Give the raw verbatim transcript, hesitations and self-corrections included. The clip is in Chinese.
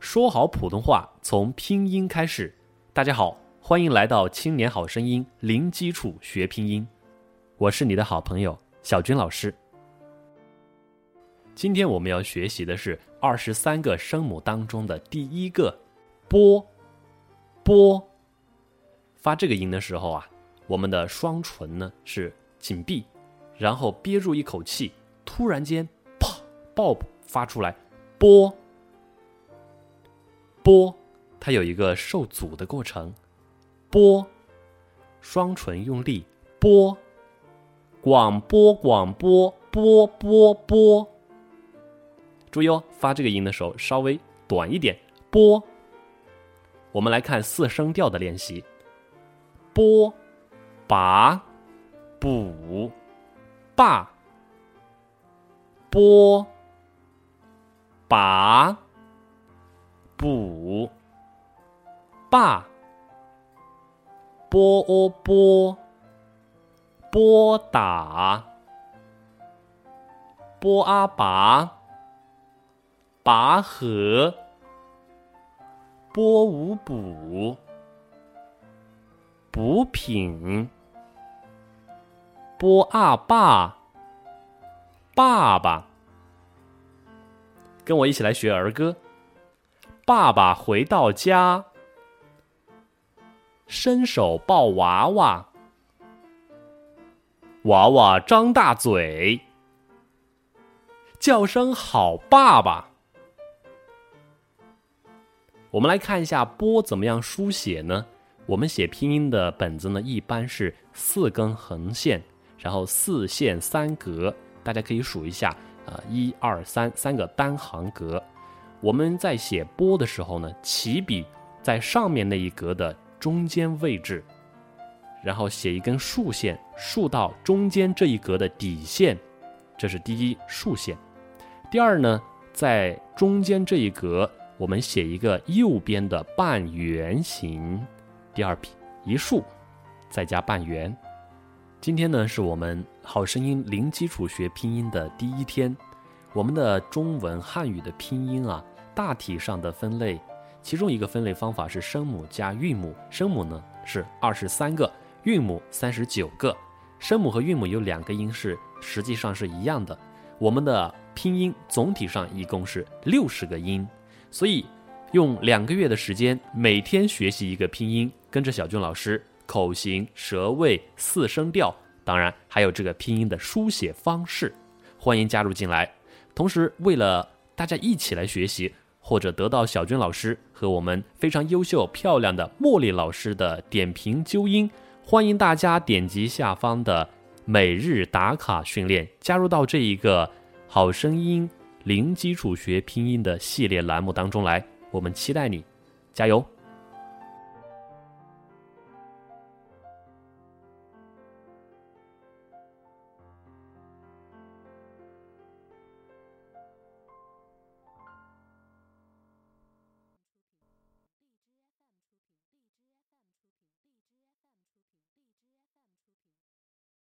说好普通话从拼音开始。大家好，欢迎来到青年好声音零基础学拼音，我是你的好朋友小军老师。今天我们要学习的是二十三个声母当中的第一个波。波发这个音的时候啊，我们的双唇呢是紧闭，然后憋住一口气，突然间啪爆发出来，波。波它有一个受阻的过程，波，双唇用力，波，广播广播波波波。注意哦，发这个音的时候稍微短一点，波。我们来看四声调的练习，波、拔、补、霸，波、拔、补、霸，波哦波，波打，波啊拔，拔河，波无补，补品，波啊爸，爸爸。跟我一起来学儿歌。爸爸回到家，伸手抱娃娃，娃娃张大嘴，叫声好爸爸。我们来看一下波怎么样书写呢？我们写拼音的本子呢，一般是四根横线，然后四线三格，大家可以数一下，呃，一二三，三个单行格。我们在写波的时候呢，起笔在上面那一格的中间位置，然后写一根竖线，竖到中间这一格的底线，这是第一竖线。第二呢，在中间这一格我们写一个右边的半圆形，第二笔一竖，再加半圆。今天呢，是我们好声音零基础学拼音的第一天。我们的中文汉语的拼音啊，大体上的分类，其中一个分类方法是声母加韵母。声母呢是二十三个，韵母三十九个。声母和韵母有两个音是实际上是一样的。我们的拼音总体上一共是六十个音，所以用两个月的时间，每天学习一个拼音，跟着小军老师口型、舌位、四声调，当然还有这个拼音的书写方式，欢迎加入进来。同时为了大家一起来学习，或者得到小军老师和我们非常优秀漂亮的茉莉老师的点评纠音，欢迎大家点击下方的每日打卡训练，加入到这一个好声音零基础学拼音的系列栏目当中来，我们期待你，加油！